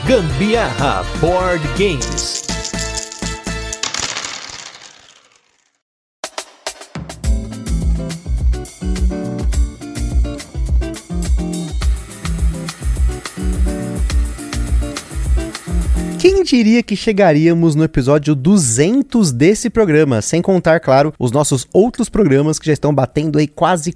Gambiarra Board Games. Quem diria que chegaríamos no episódio 200 desse programa, sem contar, claro, os nossos outros programas que já estão batendo aí quase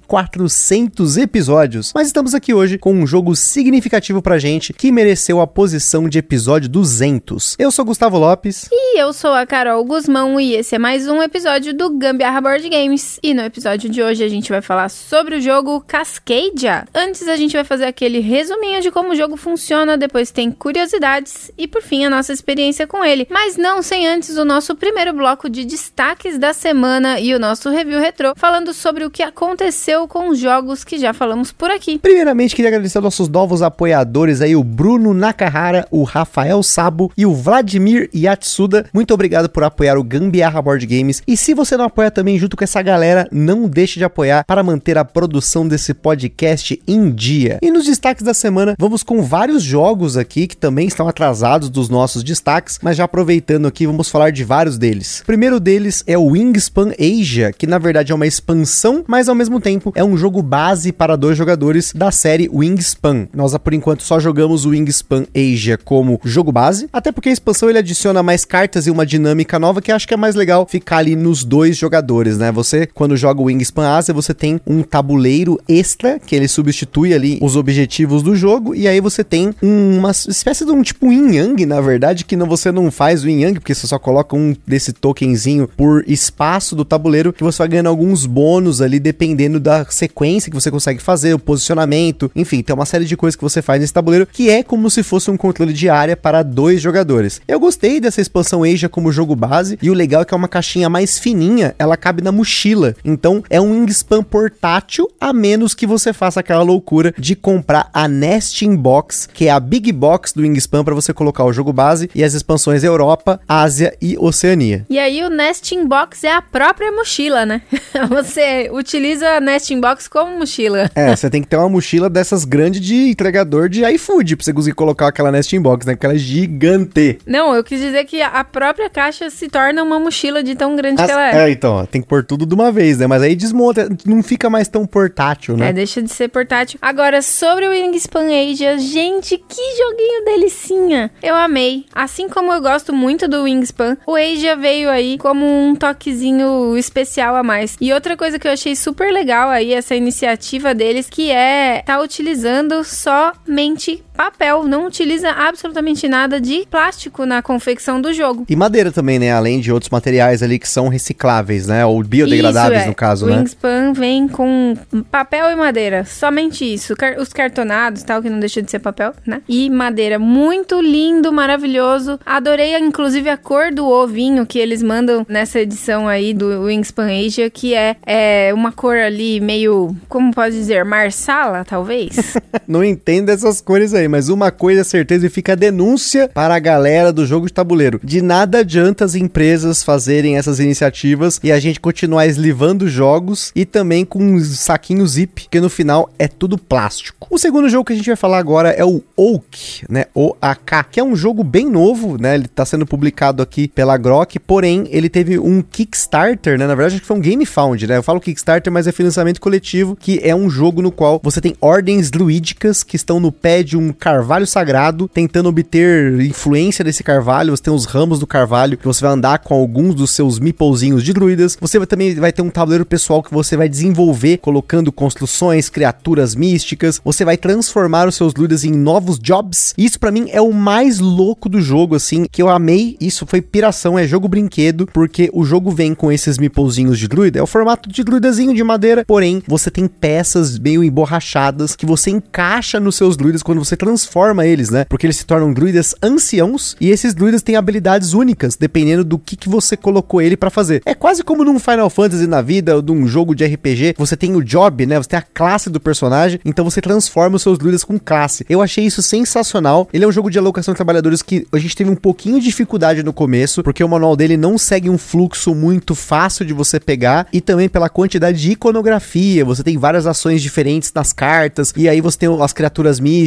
400 episódios. Mas estamos aqui hoje com um jogo significativo pra gente, que mereceu a posição de episódio 200. Eu sou Gustavo Lopes. E eu sou a Carol Guzmão e esse é mais um episódio do Gambiarra Board Games. E no episódio de hoje a gente vai falar sobre o jogo Cascadia. Antes a gente vai fazer aquele resuminho de como o jogo funciona, depois tem curiosidades e por fim a nossa experiência com ele, mas não sem antes o nosso primeiro bloco de destaques da semana e o nosso review retrô, falando sobre o que aconteceu com os jogos que já falamos por aqui. Primeiramente, queria agradecer aos nossos novos apoiadores aí, o Bruno Nakahara, o Rafael Sabo e o Vladimir Yatsuda. Muito obrigado por apoiar o Gambiarra Board Games, e se você não apoia também junto com essa galera, não deixe de apoiar para manter a produção desse podcast em dia. E nos destaques da semana, vamos com vários jogos aqui que também estão atrasados dos nossos destaques, mas já aproveitando aqui, vamos falar de vários deles. O primeiro deles é o Wingspan Asia, que na verdade é uma expansão, mas ao mesmo tempo é um jogo base para 2 jogadores da série Wingspan. Nós, por enquanto, só jogamos o Wingspan Asia como jogo base, até porque a expansão ele adiciona mais cartas e uma dinâmica nova que acho que é mais legal ficar ali nos 2 jogadores, né? Você, quando joga o Wingspan Asia, você tem um tabuleiro extra, que ele substitui ali os objetivos do jogo, e aí você tem uma espécie de um tipo yin yang, na verdade, que você não faz o yin yang, porque você só coloca um desse tokenzinho por espaço do tabuleiro, que você vai ganhando alguns bônus ali, dependendo da sequência que você consegue fazer, o posicionamento, enfim, tem uma série de coisas que você faz nesse tabuleiro, que é como se fosse um controle de área para 2 jogadores. Eu gostei dessa expansão Asia como jogo base, e o legal é que é uma caixinha mais fininha, ela cabe na mochila, então é um Wingspan portátil, a menos que você faça aquela loucura de comprar a Nesting Box, que é a Big Box do Wingspan, para você colocar o jogo base e as expansões Europa, Ásia e Oceania. E aí o Nesting Box é a própria mochila, né? Você utiliza a Nesting Box como mochila. É, você tem que ter uma mochila dessas grandes de entregador de iFood pra você conseguir colocar aquela Nesting Box, né? Aquela gigante. Não, eu quis dizer que a própria caixa se torna uma mochila de tão grande que ela é. É, então, ó, tem que pôr tudo de uma vez, né? Mas aí desmonta, não fica mais tão portátil, né? É, deixa de ser portátil. Agora, sobre o Wingspan Asia, gente, que joguinho delicinha. Eu amei. Assim como eu gosto muito do Wingspan, o Asia veio aí como um toquezinho especial a mais. E outra coisa que eu achei super legal aí, essa iniciativa deles, que é tá utilizando somente papel, não utiliza absolutamente nada de plástico na confecção do jogo. E madeira também, né? Além de outros materiais ali que são recicláveis, né? Ou biodegradáveis, no caso, né? O Wingspan vem com papel e madeira, somente isso. Os cartonados, tal, que não deixa de ser papel, né? E madeira, muito lindo, maravilhoso. Adorei, inclusive, a cor do ovinho que eles mandam nessa edição aí do Wingspan Asia, que é uma cor ali meio, como pode dizer, marsala, talvez? Não entendo essas cores aí, mas uma coisa é certeza, e fica a denúncia para a galera do jogo de tabuleiro. De nada adianta as empresas fazerem essas iniciativas e a gente continuar eslivando jogos e também com um saquinho zip, porque no final é tudo plástico. O segundo jogo que a gente vai falar agora é o Oak, né? O-A-K, que é um jogo bem novo, né? Ele tá sendo publicado aqui pela Grok, porém ele teve um Kickstarter, né? Na verdade acho que foi um GameFound, né? Eu falo Kickstarter, mas é financiamento coletivo, que é um jogo no qual você tem ordens druídicas que estão no pé de um carvalho sagrado, tentando obter influência desse carvalho. Você tem os ramos do carvalho, que você vai andar com alguns dos seus meeplezinhos de druidas. Você também vai ter um tabuleiro pessoal que você vai desenvolver, colocando construções, criaturas místicas. Você vai transformar os seus druidas em novos jobs. Isso pra mim é o mais louco do jogo, assim, que eu amei. Isso foi piração, é jogo brinquedo, porque o jogo vem com esses meeplezinhos de druida. É o formato de druidazinho de madeira, porém, você tem peças meio emborrachadas que você encaixa nos seus druidas quando você transforma eles, né? Porque eles se tornam druidas anciãos e esses druidas têm habilidades únicas, dependendo do que você colocou ele pra fazer. É quase como num Final Fantasy na vida, ou de um jogo de RPG, você tem o job, né? Você tem a classe do personagem, então você transforma os seus druidas com classe. Eu achei isso sensacional. Ele é um jogo de alocação de trabalhadores que a gente teve um pouquinho de dificuldade no começo, porque o manual dele não segue um fluxo muito fácil de você pegar, e também pela quantidade de iconografia. Você tem várias ações diferentes nas cartas, e aí você tem as criaturas místicas, e tem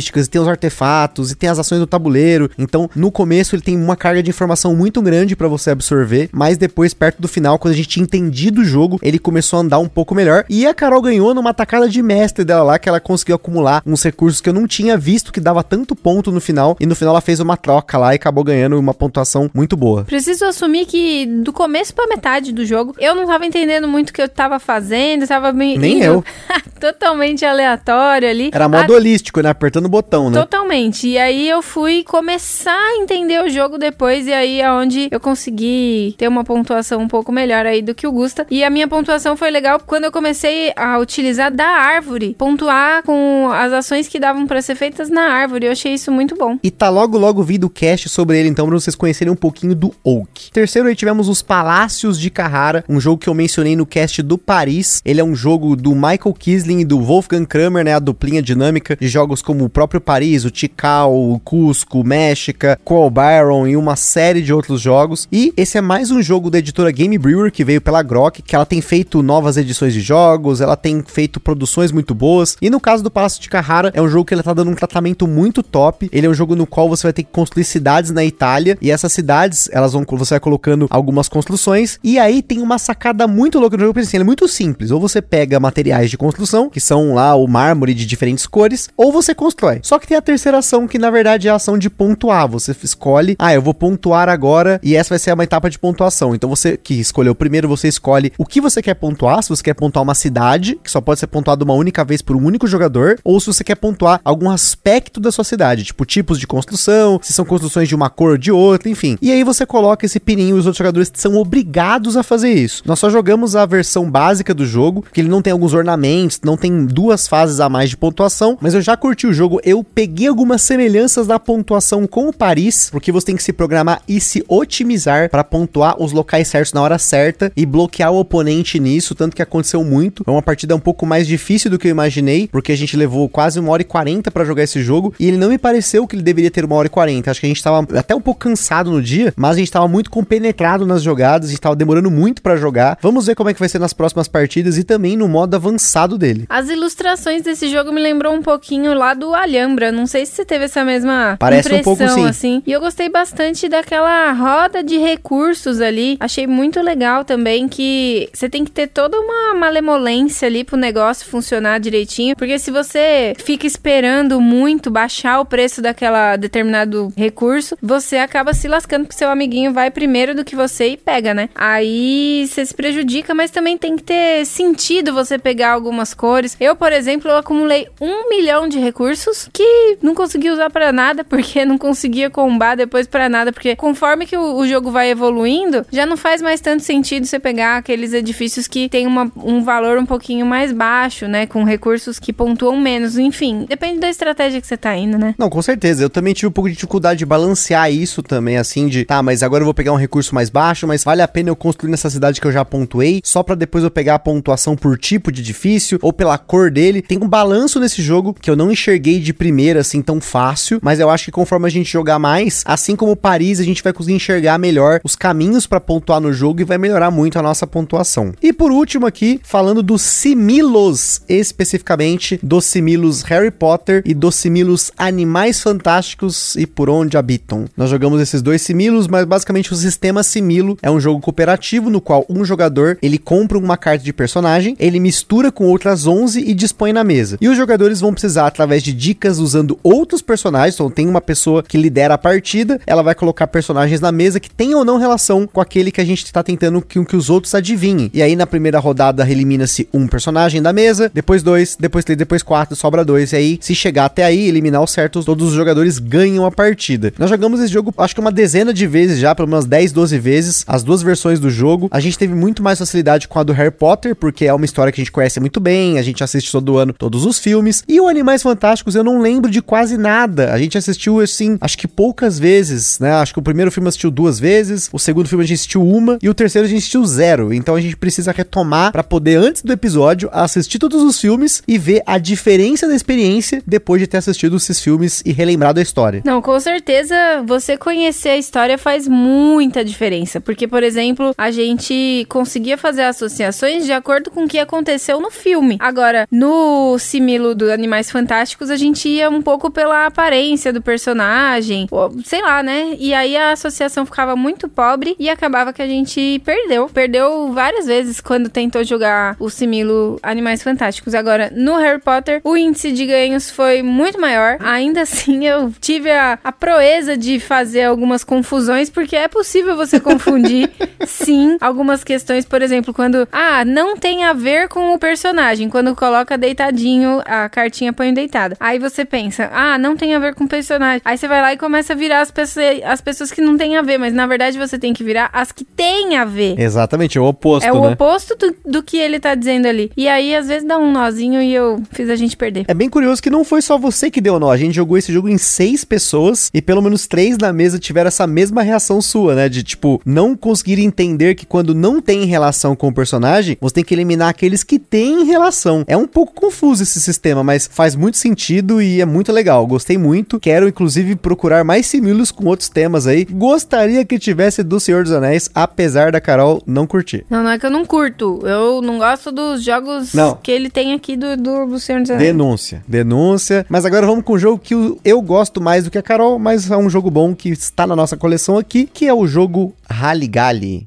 os artefatos, e tem as ações do tabuleiro. Então, no começo, ele tem uma carga de informação muito grande pra você absorver, mas depois, perto do final, quando a gente tinha entendido o jogo, ele começou a andar um pouco melhor. E a Carol ganhou numa tacada de mestre dela lá, que ela conseguiu acumular uns recursos que eu não tinha visto que dava tanto ponto no final, e no final ela fez uma troca lá e acabou ganhando uma pontuação muito boa. Preciso assumir que do começo pra metade do jogo, eu não tava entendendo muito o que eu tava fazendo, tava meio... Nem eu. Totalmente aleatório ali. Era modo holístico, né? Apertando o botão, né? Totalmente. E aí eu fui começar a entender o jogo depois, e aí é onde eu consegui ter uma pontuação um pouco melhor aí do que o Gusta. E a minha pontuação foi legal quando eu comecei a utilizar da árvore, pontuar com as ações que davam pra ser feitas na árvore. Eu achei isso muito bom. E tá logo vindo o cast sobre ele, então, pra vocês conhecerem um pouquinho do Oak. Terceiro, aí tivemos os Palácios de Carrara, um jogo que eu mencionei no cast do Paris. Ele é um jogo do Michael Kisling e do Wolfgang Kramer, né? A duplinha dinâmica de jogos como o próprio Paris, o Tikal, o Cusco, o México, Coal Byron e uma série de outros jogos. E esse é mais um jogo da editora Game Brewer, que veio pela Grok, que ela tem feito novas edições de jogos, ela tem feito produções muito boas. E no caso do Palácio de Carrara, é um jogo que ele tá dando um tratamento muito top. Ele é um jogo no qual você vai ter que construir cidades na Itália, e essas cidades, você vai colocando algumas construções, e aí tem uma sacada muito louca no jogo, porque assim, ele é muito simples. Ou você pega materiais de construção, que são lá o mármore de diferentes cores, ou você constrói. Só que tem a terceira ação, que na verdade é a ação de pontuar. Você escolhe, eu vou pontuar agora, e essa vai ser uma etapa de pontuação. Então você que escolheu primeiro, você escolhe o que você quer pontuar. Se você quer pontuar uma cidade, que só pode ser pontuada uma única vez por um único jogador, ou se você quer pontuar algum aspecto da sua cidade, tipo tipos de construção, se são construções de uma cor ou de outra, enfim. E aí você coloca esse pininho e os outros jogadores são obrigados a fazer isso. Nós só jogamos a versão básica do jogo, que ele não tem alguns ornamentos, não tem 2 fases a mais de pontuação, mas eu já curti o jogo. Eu peguei algumas semelhanças da pontuação com o Paris, porque você tem que se programar e se otimizar para pontuar os locais certos na hora certa e bloquear o oponente nisso, tanto que aconteceu muito. É uma partida um pouco mais difícil do que eu imaginei, porque a gente levou quase 1h40 para jogar esse jogo, e ele não me pareceu que ele deveria ter 1h40. Acho que a gente tava até um pouco cansado no dia, mas a gente tava muito compenetrado nas jogadas, a gente tava demorando muito pra jogar. Vamos ver como é que vai ser nas próximas partidas e também no modo avançado dele. As ilustrações desse jogo me lembrou um pouquinho lá do Alhambra. Não sei se você teve essa mesma Parece impressão, um pouco, sim. Assim. E eu gostei bastante daquela roda de recursos ali. Achei muito legal também que você tem que ter toda uma malemolência ali pro negócio funcionar direitinho, porque se você fica esperando muito baixar o preço daquela determinado recurso, você acaba se lascando porque seu amiguinho vai primeiro do que você e pega, né? Aí você se prejudica, mas também tem que ter sentido você pegar algumas cores. Eu, por exemplo, eu acumulei 1 milhão de recursos que não consegui usar pra nada, porque não conseguia combar depois pra nada, porque conforme que o jogo vai evoluindo, já não faz mais tanto sentido você pegar aqueles edifícios que tem um valor um pouquinho mais baixo, né? Com recursos que pontuam menos. Enfim, depende da estratégia que você tá indo, né? Não, com certeza. Eu também tive um pouco de dificuldade de balancear isso também, assim, de, mas agora eu vou pegar um recurso mais baixo, mas vale a pena eu construir nessa cidade que eu já pontuei, só pra depois eu pegar a pontuação por tipo de edifício, ou pela cor dele. Tem um balanço nesse jogo que eu não enxerguei de primeira, assim, tão fácil, mas eu acho que conforme a gente jogar mais, assim como Paris, a gente vai conseguir enxergar melhor os caminhos pra pontuar no jogo e vai melhorar muito a nossa pontuação. E por último aqui, falando dos Similos, especificamente dos Similos Harry Potter e dos Similos Animais Fantásticos e Por Onde Habitam. Nós jogamos esses 2 Similos, mas basicamente o sistema Similo é um jogo cooperativo no qual um jogador, ele compra uma carta de personagem, ele mistura com outras 11 e dispõe na mesa. E os jogadores vão precisar, através de dicas usando outros personagens, então tem uma pessoa que lidera a partida, ela vai colocar personagens na mesa que tem ou não relação com aquele que a gente tá tentando que os outros adivinhem. E aí na primeira rodada elimina-se um personagem da mesa, depois 2, depois 3, depois 4, sobra 2. E aí, se chegar até aí, eliminar o certo, todos os jogadores ganham a partida. Nós jogamos esse jogo, acho que uma dezena de vezes já, pelo menos 10, 12 vezes, as 2 versões do jogo. A gente teve muito mais facilidade com a do Harry Potter, porque é uma história que a gente conhece muito bem, a gente assiste todo ano todos os filmes. E o Animais Fantásticos eu não lembro de quase nada. A gente assistiu, assim, acho que poucas vezes, né? Acho que o primeiro filme assistiu 2 vezes, o segundo filme a gente assistiu 1, e o terceiro a gente assistiu 0. Então a gente precisa retomar pra poder, antes do episódio, assistir todos os filmes e ver a diferença da experiência depois de ter assistido esses filmes e relembrado a história. Não, com certeza você conhecer a história faz muita diferença, porque, por exemplo, a gente conseguia fazer associações de acordo com o que aconteceu no filme. filme. Agora, no Similo do Animais Fantásticos, a gente ia um pouco pela aparência do personagem, ou, sei lá, né? E aí a associação ficava muito pobre e acabava que a gente perdeu. Perdeu várias vezes quando tentou jogar o Similo Animais Fantásticos. Agora, no Harry Potter, o índice de ganhos foi muito maior. Ainda assim, eu tive a proeza de fazer algumas confusões, porque é possível você confundir, sim, algumas questões. Por exemplo, quando, não tem a ver com o personagem. Quando coloca deitadinho, a cartinha põe deitada. Aí você pensa, não tem a ver com o personagem. Aí você vai lá e começa a virar as pessoas que não tem a ver, mas na verdade você tem que virar as que tem a ver. Exatamente, é o oposto, né? É o oposto do que ele tá dizendo ali. E aí, às vezes, dá um nozinho e eu fiz a gente perder. É bem curioso que não foi só você que deu nó. A gente jogou esse jogo em 6 pessoas e pelo menos 3 na mesa tiveram essa mesma reação sua, né? De, tipo, não conseguir entender que quando não tem relação com o personagem, você tem que eliminar aqueles que têm relação. É um pouco confuso esse sistema, mas faz muito sentido e é muito legal. Gostei muito. Quero, inclusive, procurar mais similos com outros temas aí. Gostaria que tivesse do Senhor dos Anéis, apesar da Carol não curtir. Não é que eu não curto. Eu não gosto dos jogos que ele tem aqui do Senhor dos Anéis. Denúncia. Mas agora vamos com um jogo que eu gosto mais do que a Carol, mas é um jogo bom que está na nossa coleção aqui, que é o jogo Halligalli.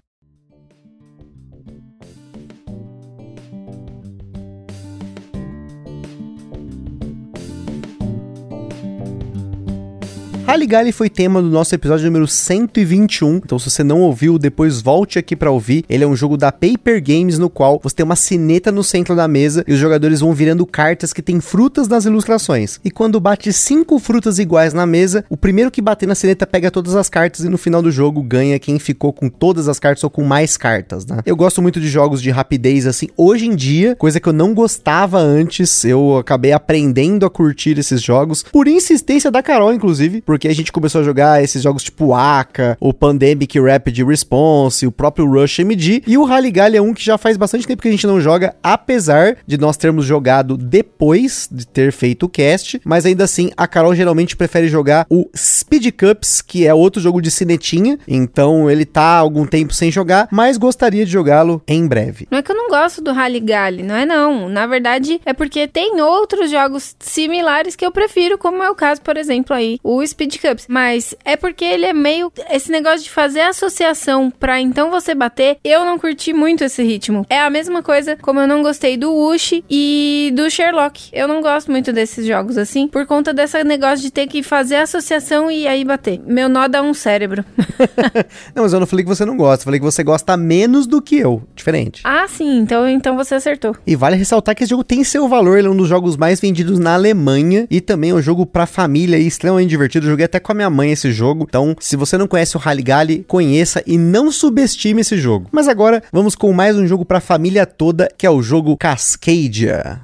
Halligalli foi tema do nosso episódio número 121, então se você não ouviu, depois volte aqui pra ouvir. Ele é um jogo da Paper Games, no qual você tem uma sineta no centro da mesa e os jogadores vão virando cartas que tem frutas nas ilustrações. E quando bate 5 frutas iguais na mesa, o primeiro que bater na sineta pega todas as cartas e no final do jogo ganha quem ficou com todas as cartas ou com mais cartas, né? Eu gosto muito de jogos de rapidez assim, hoje em dia, coisa que eu não gostava antes, eu acabei aprendendo a curtir esses jogos, por insistência da Carol, inclusive, porque a gente começou a jogar esses jogos tipo Aka, o Pandemic Rapid Response, o próprio Rush MD, e o Halligalli é um que já faz bastante tempo que a gente não joga, apesar de nós termos jogado depois de ter feito o cast, mas ainda assim a Carol geralmente prefere jogar o Speed Cups, que é outro jogo de cinetinha, então ele tá há algum tempo sem jogar, mas gostaria de jogá-lo em breve. Não é que eu não gosto do Halligalli, não é não, na verdade é porque tem outros jogos similares que eu prefiro, como é o caso, por exemplo, aí, o Speed Cups, mas é porque ele é meio, esse negócio de fazer associação pra então você bater, eu não curti muito esse ritmo. É a mesma coisa como eu não gostei do Wushi e do Sherlock. Eu não gosto muito desses jogos assim, por conta desse negócio de ter que fazer associação e aí bater. Meu nó dá um cérebro. Não, mas eu não falei que você não gosta, falei que você gosta menos do que eu, diferente. Ah, sim, então você acertou. E vale ressaltar que esse jogo tem seu valor, ele é um dos jogos mais vendidos na Alemanha e também é um jogo pra família e extremamente divertido. Eu joguei até com a minha mãe esse jogo, então se você não conhece o Halligalli, conheça e não subestime esse jogo. Mas agora vamos com mais um jogo pra família toda, que é o jogo Cascadia.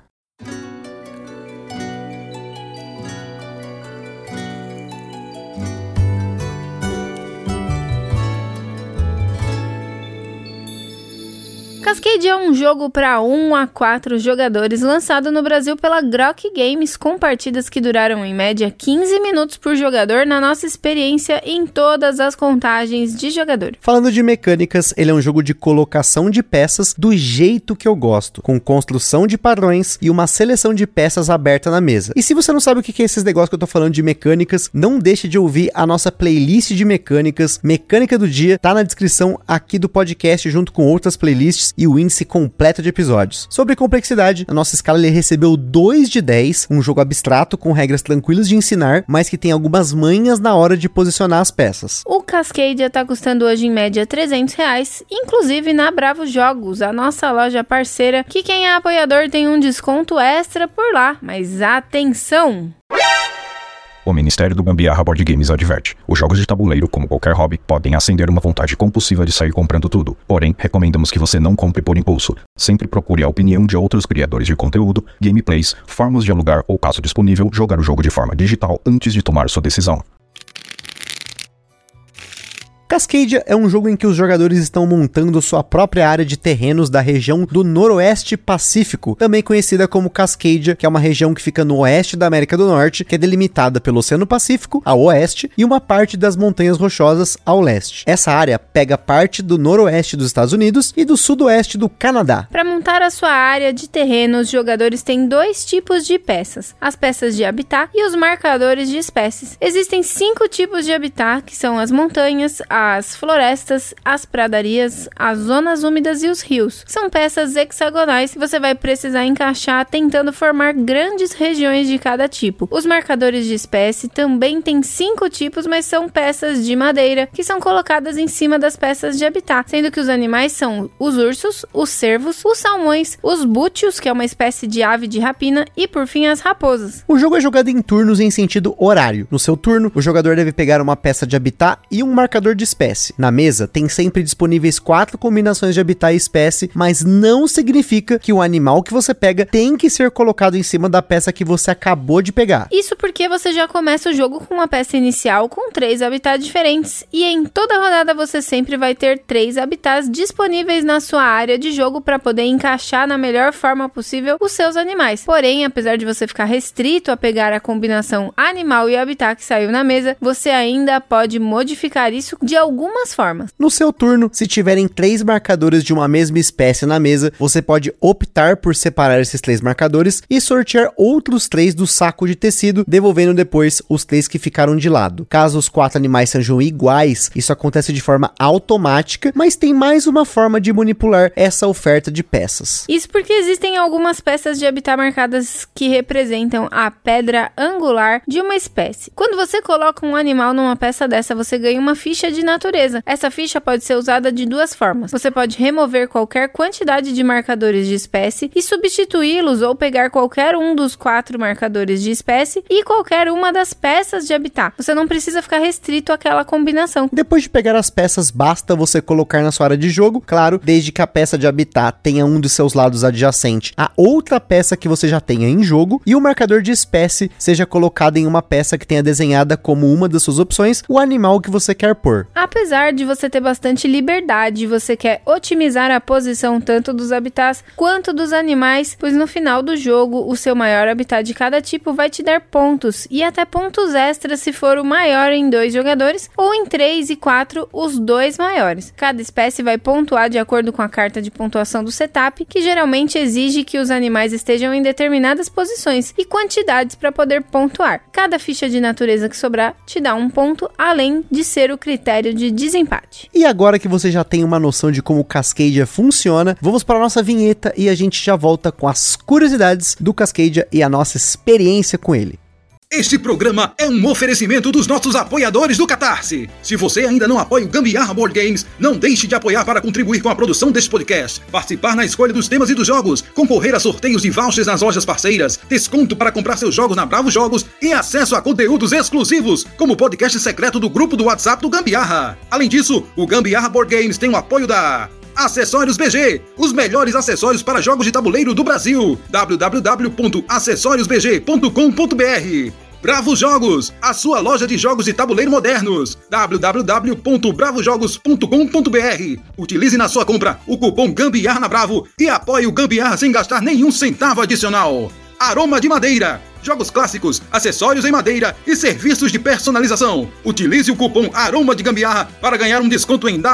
Cascadia é um jogo para 1 a 4 jogadores, lançado no Brasil pela Grok Games, com partidas que duraram em média 15 minutos por jogador na nossa experiência em todas as contagens de jogador. Falando de mecânicas, ele é um jogo de colocação de peças do jeito que eu gosto, com construção de padrões e uma seleção de peças aberta na mesa. E se você não sabe o que é esses negócios que eu tô falando de mecânicas, não deixe de ouvir a nossa playlist de mecânicas, Mecânica do Dia, tá na descrição aqui do podcast junto com outras playlists e o índice completo de episódios. Sobre complexidade, a nossa escala ele recebeu 2 de 10, um jogo abstrato com regras tranquilas de ensinar, mas que tem algumas manhas na hora de posicionar as peças. O Cascadia tá custando hoje em média R$300, inclusive na Bravo Jogos, a nossa loja parceira, que quem é apoiador tem um desconto extra por lá. Mas atenção! O Ministério do Gambiarra Board Games adverte: os jogos de tabuleiro, como qualquer hobby, podem acender uma vontade compulsiva de sair comprando tudo. Porém, recomendamos que você não compre por impulso. Sempre procure a opinião de outros criadores de conteúdo, gameplays, formas de alugar ou, caso disponível, jogar o jogo de forma digital antes de tomar sua decisão. Cascadia é um jogo em que os jogadores estão montando sua própria área de terrenos da região do Noroeste Pacífico, também conhecida como Cascadia, que é uma região que fica no oeste da América do Norte, que é delimitada pelo Oceano Pacífico, ao oeste, e uma parte das Montanhas Rochosas, ao leste. Essa área pega parte do noroeste dos Estados Unidos e do sudoeste do Canadá. Para montar a sua área de terreno, os jogadores têm dois tipos de peças: as peças de habitat e os marcadores de espécies. Existem 5 tipos de habitat, que são as montanhas, as florestas, as pradarias, as zonas úmidas e os rios. São peças hexagonais que você vai precisar encaixar tentando formar grandes regiões de cada tipo. Os marcadores de espécie também têm 5 tipos, mas são peças de madeira que são colocadas em cima das peças de habitat, sendo que os animais são os ursos, os cervos, os salmões, os bútios, que é uma espécie de ave de rapina, e por fim as raposas. O jogo é jogado em turnos em sentido horário. No seu turno, o jogador deve pegar uma peça de habitat e um marcador de espécie. Na mesa, tem sempre disponíveis 4 combinações de habitat e espécie, mas não significa que o animal que você pega tem que ser colocado em cima da peça que você acabou de pegar. Isso porque você já começa o jogo com uma peça inicial com 3 habitats diferentes, e em toda rodada você sempre vai ter 3 habitats disponíveis na sua área de jogo para poder encaixar na melhor forma possível os seus animais. Porém, apesar de você ficar restrito a pegar a combinação animal e habitat que saiu na mesa, você ainda pode modificar isso de algumas formas. No seu turno, se tiverem 3 marcadores de uma mesma espécie na mesa, você pode optar por separar esses 3 marcadores e sortear outros 3 do saco de tecido, devolvendo depois os 3 que ficaram de lado. Caso os 4 animais sejam iguais, isso acontece de forma automática, mas tem mais uma forma de manipular essa oferta de peças. Isso porque existem algumas peças de habitat marcadas que representam a pedra angular de uma espécie. Quando você coloca um animal numa peça dessa, você ganha uma ficha de natureza. Essa ficha pode ser usada de 2 formas. Você pode remover qualquer quantidade de marcadores de espécie e substituí-los, ou pegar qualquer um dos 4 marcadores de espécie e qualquer uma das peças de habitat. Você não precisa ficar restrito àquela combinação. Depois de pegar as peças, basta você colocar na sua área de jogo, claro, desde que a peça de habitat tenha um dos seus lados adjacente a outra peça que você já tenha em jogo, e o marcador de espécie seja colocado em uma peça que tenha desenhada como uma das suas opções o animal que você quer pôr. Apesar de você ter bastante liberdade, você quer otimizar a posição tanto dos habitats quanto dos animais, pois no final do jogo, o seu maior habitat de cada tipo vai te dar pontos, e até pontos extras se for o maior em 2 jogadores, ou em 3 e 4, os 2 maiores. Cada espécie vai pontuar de acordo com a carta de pontuação do setup, que geralmente exige que os animais estejam em determinadas posições e quantidades para poder pontuar. Cada ficha de natureza que sobrar te dá um ponto, além de ser o critério de desempate. E agora que você já tem uma noção de como o Cascadia funciona, vamos para a nossa vinheta e a gente já volta com as curiosidades do Cascadia e a nossa experiência com ele. Este programa é um oferecimento dos nossos apoiadores do Catarse. Se você ainda não apoia o Gambiarra Board Games, não deixe de apoiar para contribuir com a produção deste podcast, participar na escolha dos temas e dos jogos, concorrer a sorteios de vouchers nas lojas parceiras, desconto para comprar seus jogos na Bravo Jogos e acesso a conteúdos exclusivos, como o podcast secreto do grupo do WhatsApp do Gambiarra. Além disso, o Gambiarra Board Games tem o apoio da Acessórios BG, os melhores acessórios para jogos de tabuleiro do Brasil. www.acessoriosbg.com.br. Bravo Jogos, a sua loja de jogos de tabuleiro modernos. www.bravojogos.com.br. Utilize na sua compra o cupom Gambiarra na Bravo e apoie o Gambiarra sem gastar nenhum centavo adicional. Aroma de Madeira, jogos clássicos, acessórios em madeira e serviços de personalização. Utilize o cupom Aroma de Gambiarra para ganhar um desconto em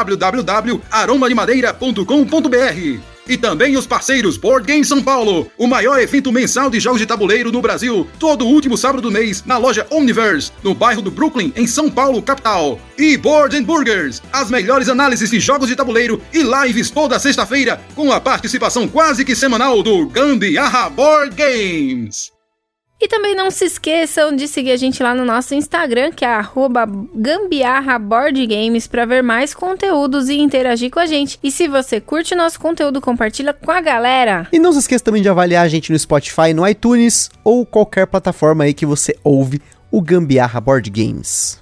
www.aromademadeira.com.br. E também os parceiros Board Game São Paulo, o maior evento mensal de jogos de tabuleiro no Brasil, todo último sábado do mês, na loja Omniverse, no bairro do Brooklyn, em São Paulo, capital. E Board & Burgers, as melhores análises de jogos de tabuleiro e lives toda sexta-feira, com a participação quase que semanal do Gambiarra Board Games. E também não se esqueçam de seguir a gente lá no nosso Instagram, que é @gambiarraboardgames, para ver mais conteúdos e interagir com a gente. E se você curte o nosso conteúdo, compartilha com a galera. E não se esqueça também de avaliar a gente no Spotify, no iTunes ou qualquer plataforma aí que você ouve o Gambiarra Board Games.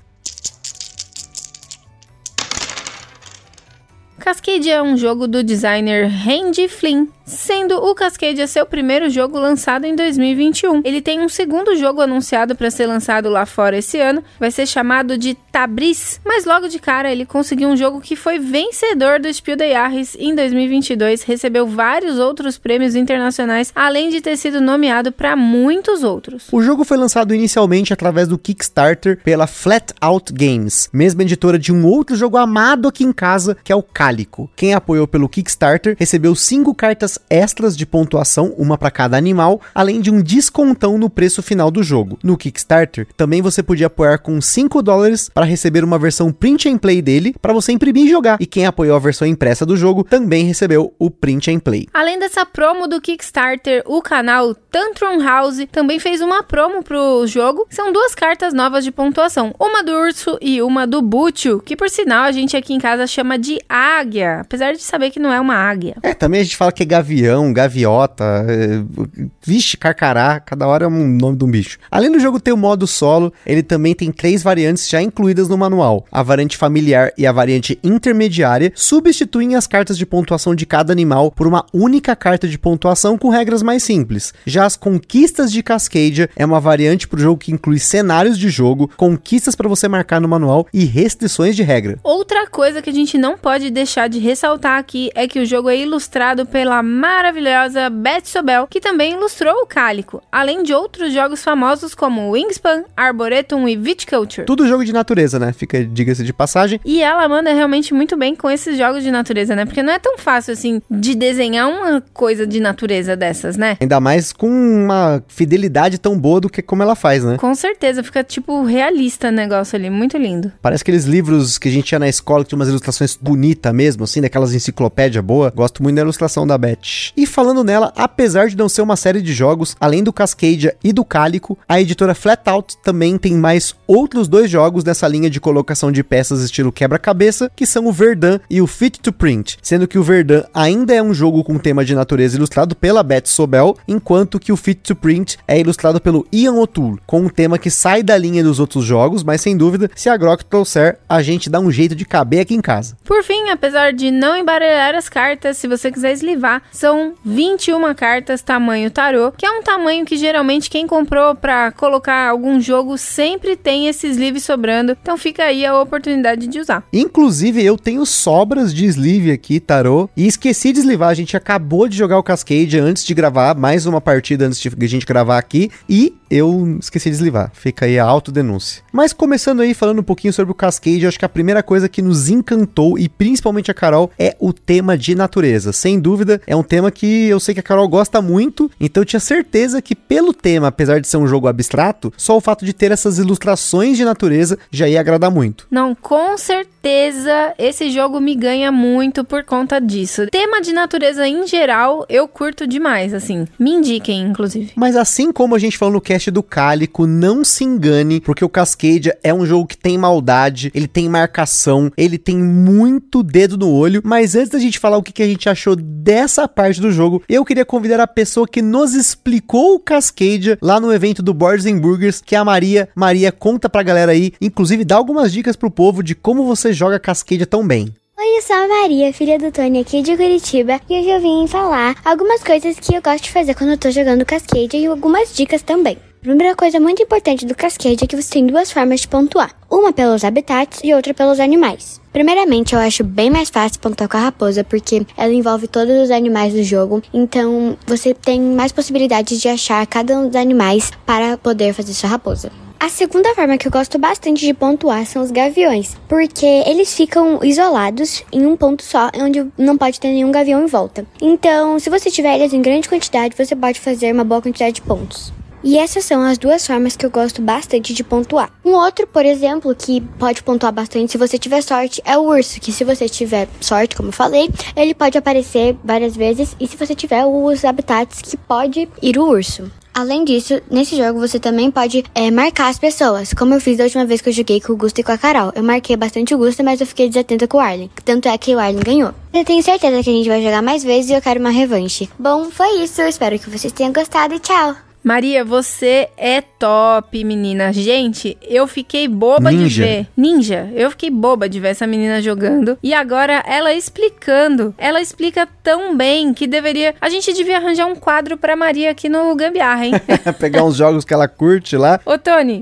Cascadia é um jogo do designer Randy Flynn. sendo o Cascadia seu primeiro jogo lançado em 2021. Ele tem um segundo jogo anunciado para ser lançado lá fora esse ano, vai ser chamado de Tabriz, mas logo de cara ele conseguiu um jogo que foi vencedor do Spiel des Jahres em 2022, recebeu vários outros prêmios internacionais, além de ter sido nomeado para muitos outros. O jogo foi lançado inicialmente através do Kickstarter pela Flatout Games, mesma editora de um outro jogo amado aqui em casa, que é o Cálico. Quem apoiou pelo Kickstarter recebeu 5 cartas extras de pontuação, uma para cada animal, além de um descontão no preço final do jogo. No Kickstarter, também você podia apoiar com $5 para receber uma versão print and play dele, para você imprimir e jogar. E quem apoiou a versão impressa do jogo também recebeu o print and play. Além dessa promo do Kickstarter, o canal Tantrum House também fez uma promo pro jogo. São 2 cartas novas de pontuação, uma do urso e uma do bútil, que por sinal a gente aqui em casa chama de águia, apesar de saber que não é uma águia. Também a gente fala que é gavião, gaviota, vixe, carcará, cada hora é um nome de um bicho. Além do jogo ter o modo solo, ele também tem 3 variantes já incluídas no manual. A variante familiar e a variante intermediária substituem as cartas de pontuação de cada animal por uma única carta de pontuação com regras mais simples. Já as conquistas de Cascadia é uma variante para o jogo que inclui cenários de jogo, conquistas para você marcar no manual e restrições de regra. Outra coisa que a gente não pode deixar de ressaltar aqui é que o jogo é ilustrado pela maravilhosa Beth Sobel, que também ilustrou o Cálico, além de outros jogos famosos como Wingspan, Arboretum e Viticulture. Tudo jogo de natureza, né? Diga-se de passagem. E ela manda realmente muito bem com esses jogos de natureza, né? Porque não é tão fácil, assim, de desenhar uma coisa de natureza dessas, né? Ainda mais com uma fidelidade tão boa do que como ela faz, né? Com certeza, fica, tipo, realista o negócio ali, muito lindo. Parece aqueles livros que a gente tinha na escola, que tinha umas ilustrações bonitas mesmo, assim, daquelas enciclopédia boa. Gosto muito da ilustração da Beth. E falando nela, apesar de não ser uma série de jogos, além do Cascadia e do Cálico, a editora Flatout também tem mais outros 2 jogos nessa linha de colocação de peças estilo quebra-cabeça, que são o Verdun e o Fit to Print, sendo que o Verdun ainda é um jogo com tema de natureza ilustrado pela Beth Sobel, enquanto que o Fit to Print é ilustrado pelo Ian O'Toole, com um tema que sai da linha dos outros jogos, mas sem dúvida, se a Grok trouxer, a gente dá um jeito de caber aqui em casa. Por fim, apesar de não embaralhar as cartas, se você quiser eslivar, são 21 cartas tamanho tarô, que é um tamanho que geralmente quem comprou pra colocar algum jogo sempre tem esse sleeve sobrando, então fica aí a oportunidade de usar. Inclusive, eu tenho sobras de sleeve aqui, tarô, e esqueci de eslivar. A gente acabou de jogar o Cascadia antes de gravar, mais uma partida antes de a gente gravar aqui, e eu esqueci de eslivar. Fica aí a autodenúncia. Mas começando aí, falando um pouquinho sobre o Cascadia, acho que a primeira coisa que nos encantou, e principalmente a Carol, é o tema de natureza. Sem dúvida, é um tema que eu sei que a Carol gosta muito, então eu tinha certeza que pelo tema, apesar de ser um jogo abstrato, só o fato de ter essas ilustrações de natureza já ia agradar muito. Não, com certeza esse jogo me ganha muito por conta disso. Tema de natureza em geral, eu curto demais, assim. Me indiquem, inclusive. Mas assim como a gente falou no cast do Cálico, não se engane, porque o Cascadia é um jogo que tem maldade, ele tem marcação, ele tem muito dedo no olho, mas antes da gente falar o que a gente achou dessa parte do jogo, eu queria convidar a pessoa que nos explicou o Cascadia lá no evento do Boards & Burgers, que é a Maria. Maria, conta pra galera aí, inclusive dá algumas dicas pro povo de como você joga Cascadia tão bem. Oi, eu sou a Maria, filha do Tony aqui de Curitiba, e hoje eu vim falar algumas coisas que eu gosto de fazer quando eu tô jogando Cascadia e algumas dicas também. A primeira coisa muito importante do Cascadia é que você tem 2 formas de pontuar, uma pelos habitats e outra pelos animais. Primeiramente, eu acho bem mais fácil pontuar com a raposa, porque ela envolve todos os animais do jogo, então você tem mais possibilidades de achar cada um dos animais para poder fazer sua raposa. A segunda forma que eu gosto bastante de pontuar são os gaviões, porque eles ficam isolados em um ponto só, onde não pode ter nenhum gavião em volta. Então, se você tiver eles em grande quantidade, você pode fazer uma boa quantidade de pontos. E essas são as 2 formas que eu gosto bastante de pontuar. Um outro, por exemplo, que pode pontuar bastante se você tiver sorte, é o urso, que se você tiver sorte, como eu falei, ele pode aparecer várias vezes, e se você tiver os habitats que pode ir o urso. Além disso, nesse jogo você também pode marcar as pessoas, como eu fiz da última vez que eu joguei com o Gusto e com a Carol. Eu marquei bastante o Gusto, mas eu fiquei desatenta com o Arlen, tanto é que o Arlen ganhou. Eu tenho certeza que a gente vai jogar mais vezes e eu quero uma revanche. Bom, foi isso, eu espero que vocês tenham gostado e tchau! Maria, você é top, menina. Gente, eu fiquei boba de ver. Ninja. Eu fiquei boba de ver essa menina jogando. E agora ela explicando. Ela explica tão bem que a gente devia arranjar um quadro pra Maria aqui no Gambiarra, hein? Pegar uns jogos que ela curte lá. Ô, Tony,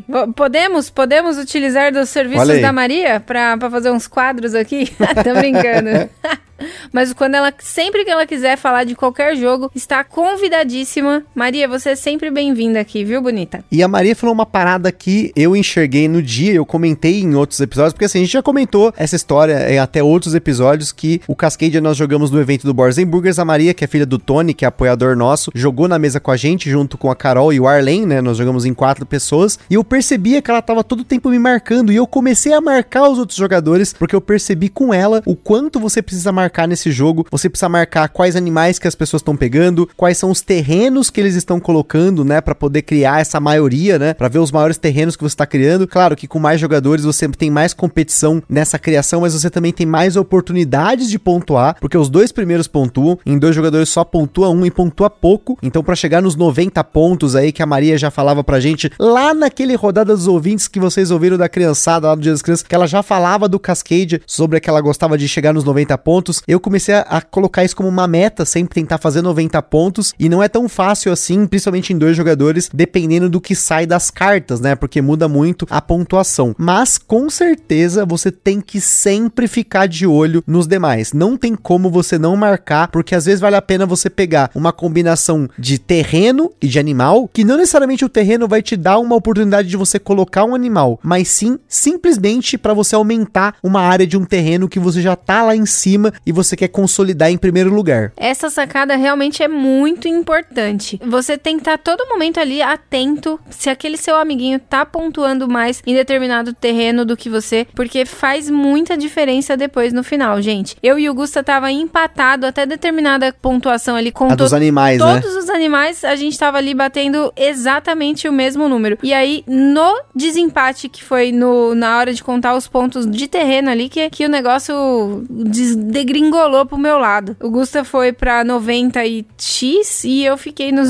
podemos utilizar dos serviços da Maria pra fazer uns quadros aqui? Tô brincando. Mas sempre que ela quiser falar de qualquer jogo, está convidadíssima. Maria, você é sempre bem-vinda aqui, viu, bonita? E a Maria falou uma parada que eu enxerguei no dia, eu comentei em outros episódios, porque assim, a gente já comentou essa história em até outros episódios, que o Cascadia nós jogamos no evento do Boards & Burgers. A Maria, que é filha do Tony, que é apoiador nosso, jogou na mesa com a gente, junto com a Carol e o Arlen, né? Nós jogamos em 4 pessoas, e eu percebia que ela tava todo o tempo me marcando, e eu comecei a marcar os outros jogadores, porque eu percebi com ela o quanto você precisa marcar nesse jogo. Você precisa marcar quais animais que as pessoas estão pegando, quais são os terrenos que eles estão colocando, né, pra poder criar essa maioria, né, pra ver os maiores terrenos que você tá criando. Claro que com mais jogadores você tem mais competição nessa criação, mas você também tem mais oportunidades de pontuar, porque os 2 primeiros pontuam, em 2 jogadores só pontua 1 e pontua pouco. Então pra chegar nos 90 pontos aí que a Maria já falava pra gente lá naquele Rodada dos Ouvintes que vocês ouviram da criançada lá do Dia das Crianças, que ela já falava do Cascadia, sobre que ela gostava de chegar nos 90 pontos. Eu comecei a colocar isso como uma meta, sempre tentar fazer 90 pontos, e não é tão fácil assim, principalmente em 2 jogadores, dependendo do que sai das cartas, né, porque muda muito a pontuação. Mas, com certeza, você tem que sempre ficar de olho nos demais. Não tem como você não marcar, porque às vezes vale a pena você pegar uma combinação de terreno e de animal, que não necessariamente o terreno vai te dar uma oportunidade de você colocar um animal, mas sim, simplesmente para você aumentar uma área de um terreno que você já tá lá em cima e você quer consolidar em primeiro lugar. Essa sacada realmente é muito importante. Você tem que estar todo momento ali atento se aquele seu amiguinho tá pontuando mais em determinado terreno do que você, porque faz muita diferença depois no final, gente. Eu e o Gusta tava empatado até determinada pontuação ali com dos animais, todos os animais, a gente tava ali batendo exatamente o mesmo número. E aí, no desempate que foi na hora de contar os pontos de terreno ali, que o negócio degringolou pro meu lado. O Gusta foi pra 90x e eu fiquei nos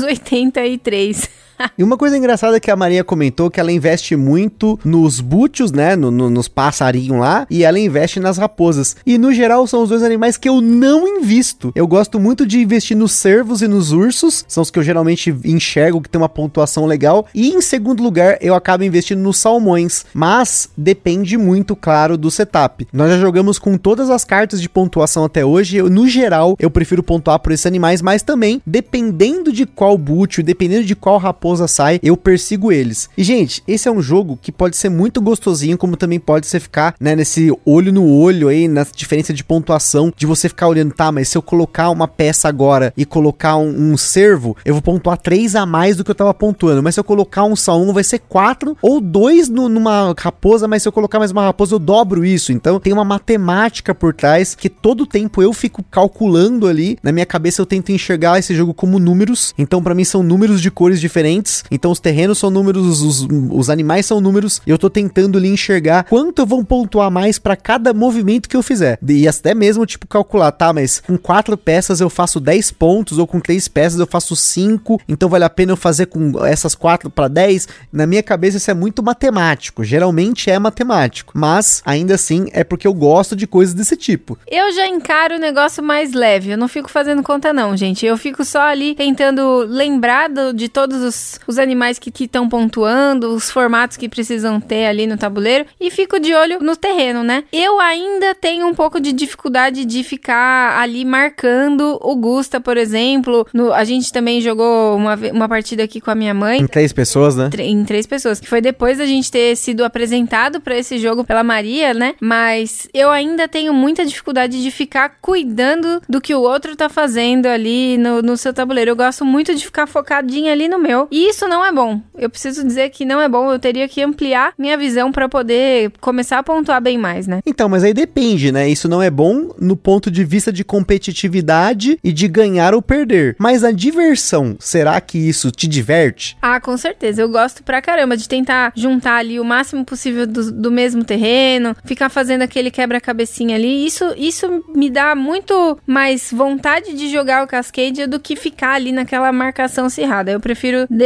83. E uma coisa engraçada que a Maria comentou, que ela investe muito nos bútios, né, nos passarinhos lá, e ela investe nas raposas. E no geral são os 2 animais que eu não invisto. Eu gosto muito de investir nos cervos e nos ursos, são os que eu geralmente enxergo que tem uma pontuação legal. E em segundo lugar, eu acabo investindo nos salmões, mas depende muito, claro, do setup. Nós já jogamos com todas as cartas de pontuação até hoje. No geral, eu prefiro pontuar por esses animais, mas também, dependendo de qual bútio, dependendo de qual raposa sai, eu persigo eles. E, gente, esse é um jogo que pode ser muito gostosinho, como também pode você ficar, né, nesse olho no olho aí, na diferença de pontuação, de você ficar olhando, tá, mas se eu colocar uma peça agora e colocar um cervo, eu vou pontuar 3 a mais do que eu tava pontuando, mas se eu colocar um salmão vai ser 4 ou 2 numa raposa, mas se eu colocar mais uma raposa eu dobro isso. Então tem uma matemática por trás que todo tempo eu fico calculando ali, na minha cabeça eu tento enxergar esse jogo como números, então pra mim são números de cores diferentes. Então os terrenos são números, os animais são números, e eu tô tentando ali enxergar quanto eu vou pontuar mais pra cada movimento que eu fizer. E até mesmo, tipo, calcular, tá, mas com 4 peças eu faço 10 pontos, ou com 3 peças eu faço 5, então vale a pena eu fazer com essas 4 pra 10? Na minha cabeça isso é muito matemático, geralmente é matemático, mas ainda assim é porque eu gosto de coisas desse tipo. Eu já encaro o negócio mais leve, eu não fico fazendo conta não, gente, eu fico só ali tentando lembrar de todos os animais que estão pontuando, os formatos que precisam ter ali no tabuleiro, e fico de olho no terreno, né? Eu ainda tenho um pouco de dificuldade de ficar ali marcando o Gusta, por exemplo. A gente também jogou uma partida aqui com a minha mãe. Em 3 pessoas, né? Em 3 pessoas, que foi depois da gente ter sido apresentado pra esse jogo pela Maria, né? Mas eu ainda tenho muita dificuldade de ficar cuidando do que o outro tá fazendo ali no seu tabuleiro. Eu gosto muito de ficar focadinha ali no meu. E isso não é bom. Eu preciso dizer que não é bom. Eu teria que ampliar minha visão pra poder começar a pontuar bem mais, né? Então, mas aí depende, né? Isso não é bom no ponto de vista de competitividade e de ganhar ou perder. Mas a diversão, será que isso te diverte? Ah, com certeza. Eu gosto pra caramba de tentar juntar ali o máximo possível do mesmo terreno, ficar fazendo aquele quebra-cabecinha ali. Isso me dá muito mais vontade de jogar o Cascadia do que ficar ali naquela marcação acirrada. Eu prefiro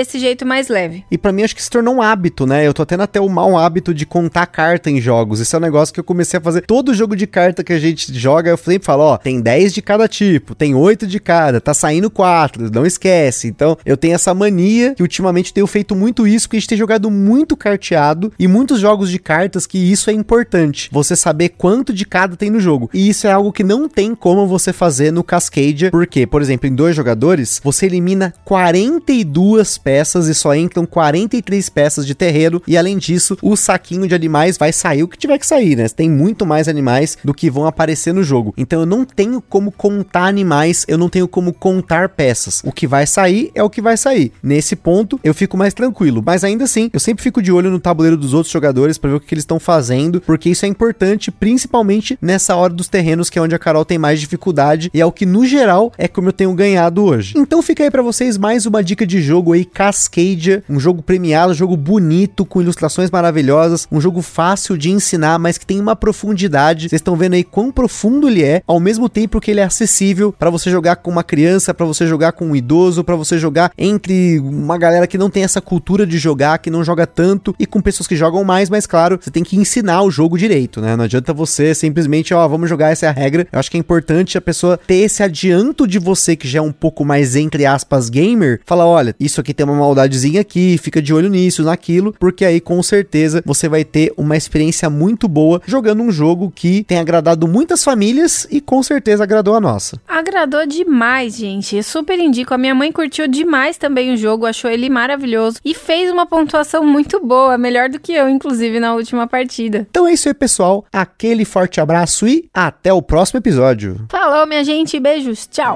desse jeito mais leve. E pra mim acho que se tornou um hábito, né? Eu tô tendo até o mau hábito de contar carta em jogos. Isso é um negócio que eu comecei a fazer. Todo jogo de carta que a gente joga, eu sempre falo, ó, tem 10 de cada tipo, tem 8 de cada, tá saindo 4, não esquece. Então, eu tenho essa mania que ultimamente tenho feito muito isso, porque a gente tem jogado muito carteado e muitos jogos de cartas que isso é importante. Você saber quanto de cada tem no jogo. E isso é algo que não tem como você fazer no Cascadia, porque, por exemplo, em 2 jogadores, você elimina 42 peças e só entram 43 peças de terreno, e além disso, o saquinho de animais vai sair o que tiver que sair, né? Tem muito mais animais do que vão aparecer no jogo. Então eu não tenho como contar animais, eu não tenho como contar peças. O que vai sair é o que vai sair. Nesse ponto, eu fico mais tranquilo. Mas ainda assim, eu sempre fico de olho no tabuleiro dos outros jogadores para ver o que eles estão fazendo, porque isso é importante, principalmente nessa hora dos terrenos, que é onde a Carol tem mais dificuldade, e é o que, no geral, é como eu tenho ganhado hoje. Então fica aí pra vocês mais uma dica de jogo aí, Cascadia, um jogo premiado, um jogo bonito, com ilustrações maravilhosas, um jogo fácil de ensinar, mas que tem uma profundidade. Vocês estão vendo aí quão profundo ele é, ao mesmo tempo que ele é acessível pra você jogar com uma criança, pra você jogar com um idoso, pra você jogar entre uma galera que não tem essa cultura de jogar, que não joga tanto, e com pessoas que jogam mais, mas claro, você tem que ensinar o jogo direito, né? Não adianta você simplesmente, ó, vamos jogar, essa é a regra. Eu acho que é importante a pessoa ter esse adianto de você, que já é um pouco mais, entre aspas, gamer, falar, olha, isso aqui tem uma maldadezinha aqui, fica de olho nisso, naquilo, porque aí com certeza você vai ter uma experiência muito boa jogando um jogo que tem agradado muitas famílias e com certeza agradou a nossa. Agradou demais, gente. Eu super indico. A minha mãe curtiu demais também o jogo, achou ele maravilhoso e fez uma pontuação muito boa, melhor do que eu, inclusive, na última partida. Então é isso aí, pessoal. Aquele forte abraço e até o próximo episódio. Falou, minha gente. Beijos. Tchau.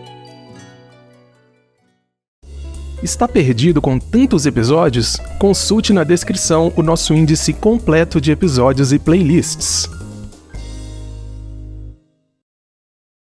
Está perdido com tantos episódios? Consulte na descrição o nosso índice completo de episódios e playlists.